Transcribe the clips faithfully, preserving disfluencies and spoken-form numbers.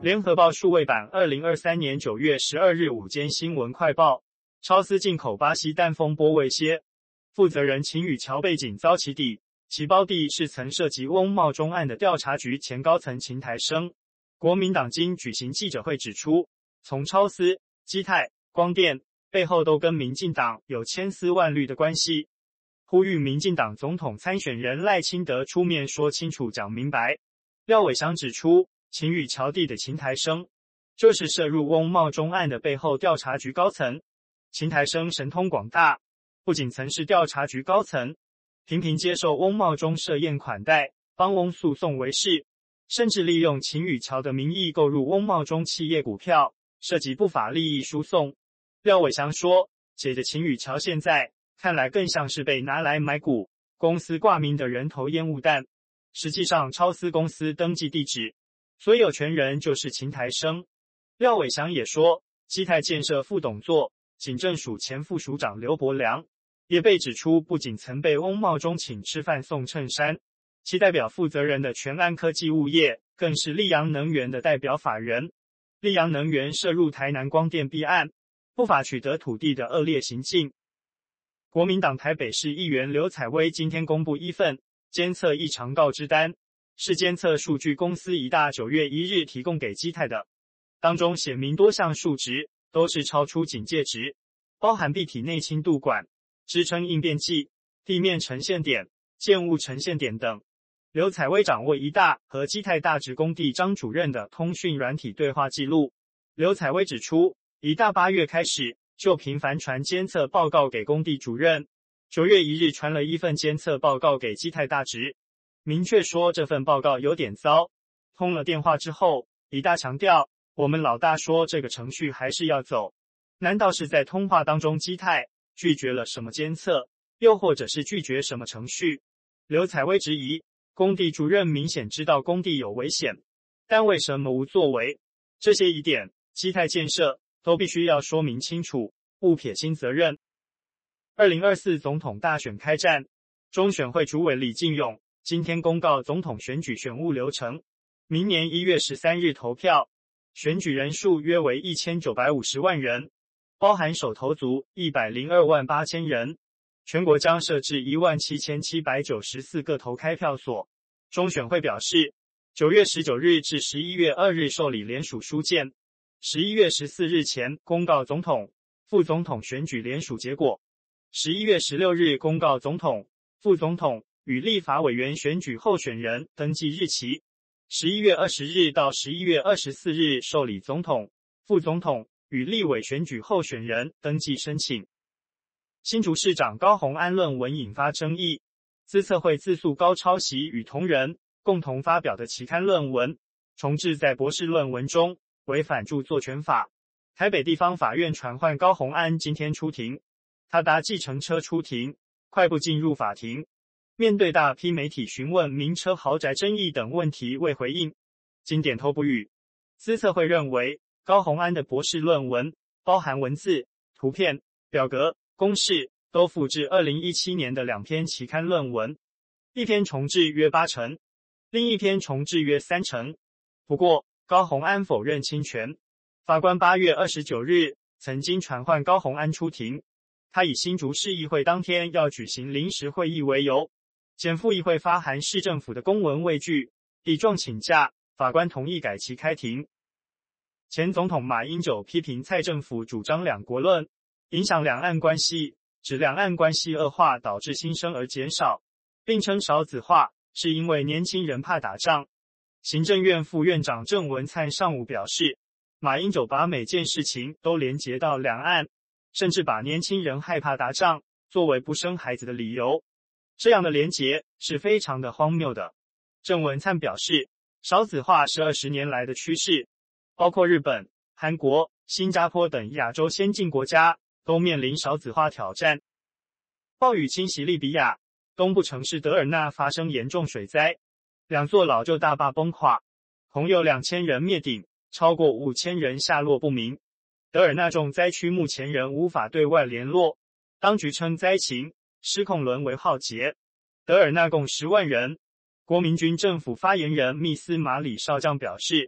联合报数位版二零二三年九月十二日午间新闻快报：超丝进口巴西蛋风波未歇，负责人秦宇桥背景遭起底，其胞弟是曾涉及翁茂钟案的调查局前高层秦台生。国民党今举行记者会指出，从超丝、基泰、光电背后都跟民进党有千丝万缕的关系，呼吁民进党总统参选人赖清德出面说清楚讲明白。廖伟翔指出，秦宇桥弟的秦台生就是涉入翁茂钟案的背后调查局高层。秦台生神通广大，不仅曾是调查局高层，频频接受翁茂钟设宴款待，帮翁诉讼为事，甚至利用秦宇桥的名义购入翁茂钟企业股票，涉及不法利益输送。廖伟翔说，姐姐秦宇桥现在看来更像是被拿来买股，公司挂名的人头烟雾弹。实际上超丝公司登记地址，所有权人就是秦台生。廖伟翔也说，基泰建设副董座、警政署前副署长刘伯良也被指出，不仅曾被翁茂钟请吃饭送衬衫，其代表负责人的全安科技物业更是溧阳能源的代表法人。溧阳能源涉入台南光电弊案，不法取得土地的恶劣行径。国民党台北市议员刘彩薇今天公布一份监测异常告知单，是监测数据公司宜大九月一日提供给基泰的，当中写明多项数值都是超出警戒值，包含壁体内轻度管、支撑应变器、地面呈现点、建物呈现点等。刘彩薇掌握宜大和基泰大直工地张主任的通讯软体对话记录。刘彩薇指出，宜大八月开始就频繁传监测报告给工地主任，九月一日传了一份监测报告给基泰大直，明确说这份报告有点糟。通了电话之后，宜大强调，我们老大说这个程序还是要走，难道是在通话当中基泰拒绝了什么监测，又或者是拒绝什么程序？刘彩薇质疑，工地主任明显知道工地有危险，但为什么无作为？这些疑点，基泰建设都必须要说明清楚，勿撇清责任。二零二四总统大选开战，中选会主委李进勇今天公告总统选举选务流程，明年一月十三日投票，选举人数约为一千九百五十万人，包含首投族一百零二万八千人。全国将设置一万七千七百九十四个投开票所。中选会表示，九月十九日至十一月二日受理联署书件，十一月十四日前公告总统、副总统选举联署结果，十一月十六日公告总统、副总统与立法委员选举候选人登记日期，十一月二十日到十一月二十四日受理总统、副总统与立委选举候选人登记申请。新竹市长高虹安论文引发争议，资策会自诉高抄袭与同仁共同发表的期刊论文重置在博士论文中，违反著作权法。台北地方法院传唤高虹安今天出庭，他搭计程车出庭，快步进入法庭。面对大批媒体询问名车豪宅争议等问题未回应，经点头不语。资策会认为，高虹安的博士论文包含文字、图片、表格、公式，都复制二零一七年的两篇期刊论文，一篇重制约八成，另一篇重制约三成。不过，高虹安否认侵权。法官八月二十九日曾经传唤高虹安出庭，他以新竹市议会当天要举行临时会议为由，检复议会发函市政府的公文未具，抵状请假，法官同意改期开庭。前总统马英九批评蔡政府主张两国论，影响两岸关系，指两岸关系恶化导致新生儿减少，并称少子化是因为年轻人怕打仗。行政院副院长郑文灿上午表示，马英九把每件事情都连结到两岸，甚至把年轻人害怕打仗作为不生孩子的理由，这样的连结是非常的荒谬的。郑文灿表示，少子化是二十年来的趋势，包括日本、韩国、新加坡等亚洲先进国家都面临少子化挑战。暴雨侵袭利比亚，东部城市德尔纳发生严重水灾，两座老旧大坝崩垮，共有两千人灭顶，超过五千人下落不明。德尔纳重灾区目前仍无法对外联络，当局称灾情失控沦为浩劫。德尔纳共十万人。国民军政府发言人密斯马里少将表示，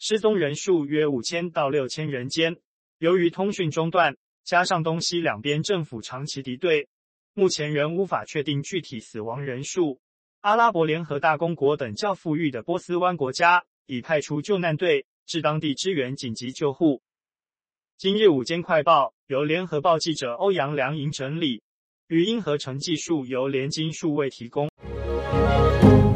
失踪人数约五千到六千人间。由于通讯中断，加上东西两边政府长期敌对，目前仍无法确定具体死亡人数。阿拉伯联合大公国等较富裕的波斯湾国家已派出救难队至当地支援紧急救护。今日午间快报由联合报记者欧阳良莹整理，语音合成技术由联经数位提供。